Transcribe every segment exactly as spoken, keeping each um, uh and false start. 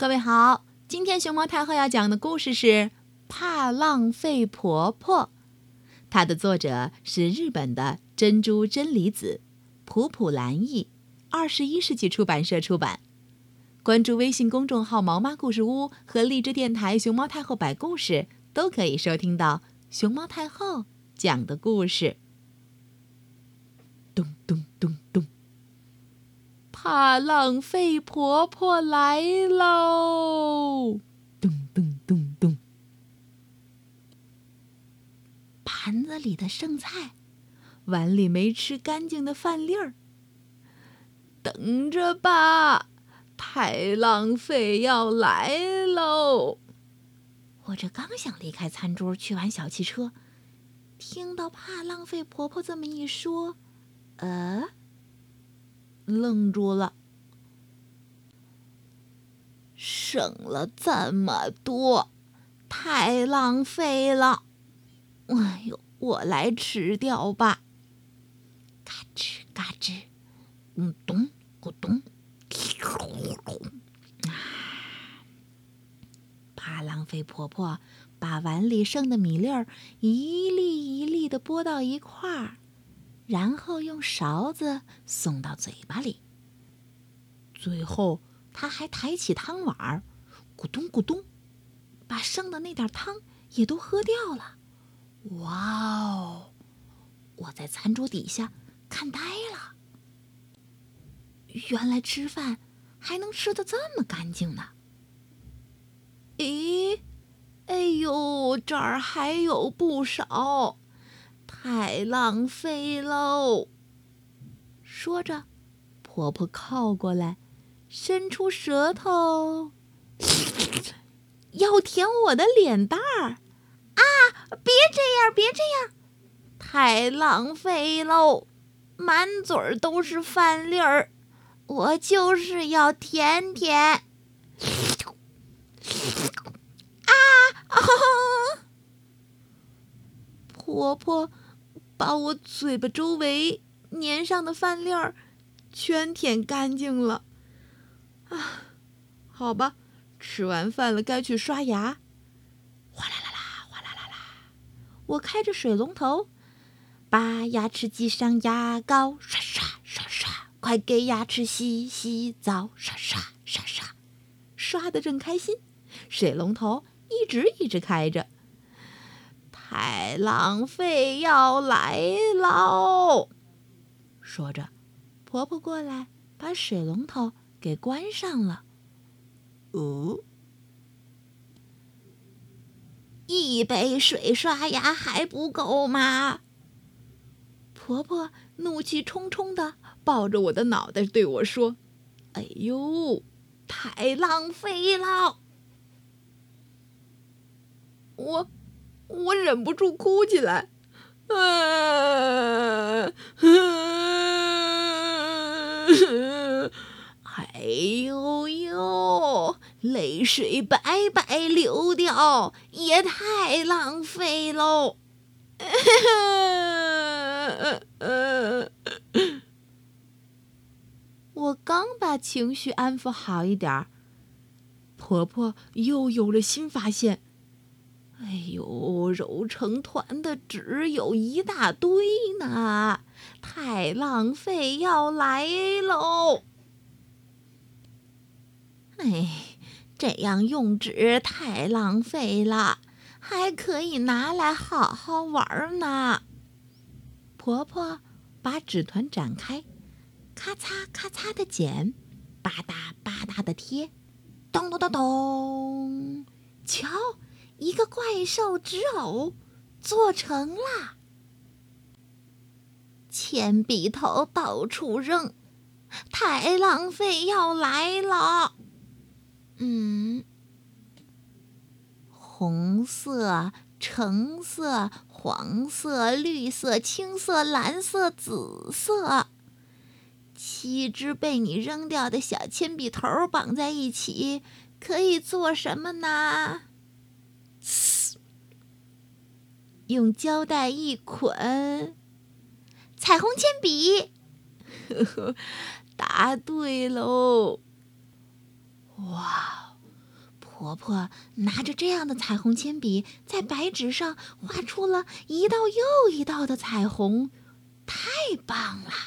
各位好，今天熊猫太后要讲的故事是《怕浪费婆婆》，它的作者是日本的珍珠真理子，普普兰译，二十一世纪出版社出版。关注微信公众号毛妈故事屋和荔枝电台熊猫太后摆故事，都可以收听到熊猫太后讲的故事。咚咚咚咚，怕浪费婆婆来喽！咚咚咚咚，盘子里的剩菜，碗里没吃干净的饭粒儿。等着吧，太浪费要来喽！我这刚想离开餐桌去玩小汽车，听到怕浪费婆婆这么一说，呃，愣住了。省了这么多，太浪费了。哎呦，我来吃掉吧。嘎吱嘎吱，咕咚咕咚。怕浪费婆婆把碗里剩的米粒儿一粒一粒地拨到一块儿，然后用勺子送到嘴巴里。最后她还抬起汤碗儿，咕咚咕咚，把剩的那点汤也都喝掉了。哇哦！我在餐桌底下看呆了，原来吃饭还能吃得这么干净呢。咦，哎呦，这儿还有不少，太浪费喽！说着，婆婆靠过来，伸出舌头，要舔我的脸蛋儿。啊，别这样，别这样，太浪费喽，满嘴儿都是饭粒儿，我就是要舔舔。啊！婆婆把我嘴巴周围粘上的饭粒儿全舔干净了。啊，好吧，吃完饭了，该去刷牙。哗啦啦啦，哗啦啦啦，我开着水龙头，把牙齿挤上牙膏，刷刷刷刷，快给牙齿洗洗澡，刷刷刷刷，刷得正开心，水龙头一直一直开着。太浪费要来喽！说着，婆婆过来把水龙头给关上了。哦，一杯水刷牙还不够吗？婆婆怒气冲冲地抱着我的脑袋对我说：“哎呦，太浪费了！”我我忍不住哭起来，啊，哎呦呦，泪水白白流掉，也太浪费喽！我刚把情绪安抚好一点儿，婆婆又有了新发现。哎呦，揉成团的纸有一大堆呢，太浪费要来喽！哎，这样用纸太浪费了，还可以拿来好好玩呢。婆婆把纸团展开，咔嚓咔嚓的剪，吧嗒吧嗒的贴，咚咚咚咚，瞧！一个怪兽纸偶做成了，铅笔头到处扔，太浪费要来了。嗯，红色、橙色、黄色、绿色、青色、蓝色、紫色，七支被你扔掉的小铅笔头绑在一起，可以做什么呢？用胶带一捆，彩虹铅笔。呵呵，答对喽！哇， 婆婆拿着这样的彩虹铅笔，在白纸上画出了一道又一道的彩虹，太棒了！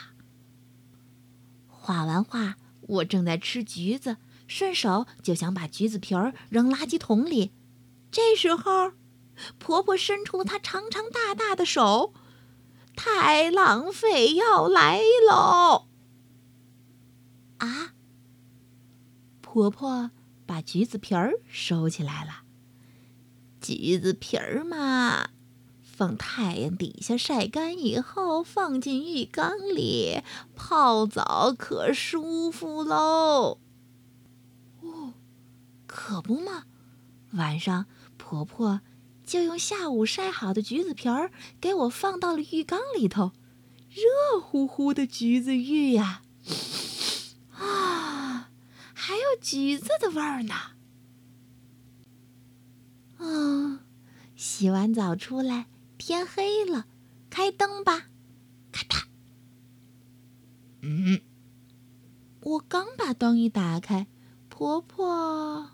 画完画，我正在吃橘子，顺手就想把橘子皮儿扔垃圾桶里。这时候，婆婆伸出了她长长大大的手，太浪费要来喽！啊！婆婆把橘子皮儿收起来了。橘子皮儿嘛，放太阳底下晒干以后，放进浴缸里泡澡可舒服喽。哦，可不嘛！晚上婆婆就用下午晒好的橘子皮儿给我放到了浴缸里头，热乎乎的橘子浴呀！啊，还有橘子的味儿呢。嗯，洗完澡出来，天黑了，开灯吧。咔嗒。嗯，我刚把灯一打开，婆婆，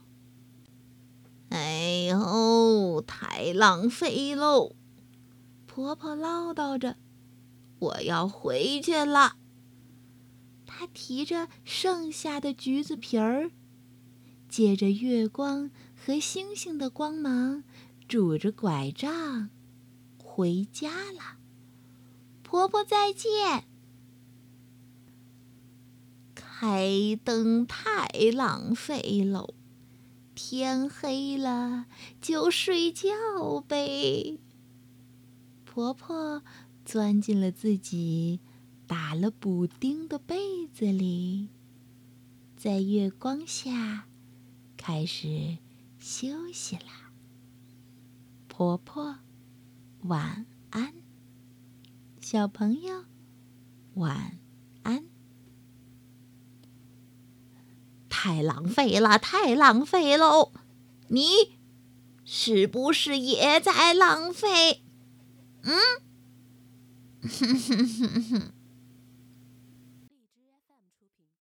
哎呦，太浪费喽！婆婆唠叨着，我要回去了。她提着剩下的橘子皮儿，借着月光和星星的光芒，拄着拐杖回家了。婆婆再见。开灯太浪费喽，天黑了就睡觉呗。婆婆钻进了自己打了补丁的被子里，在月光下开始休息啦。婆婆，晚安。小朋友，晚安。太浪费了，太浪费喽！你是不是也在浪费？嗯？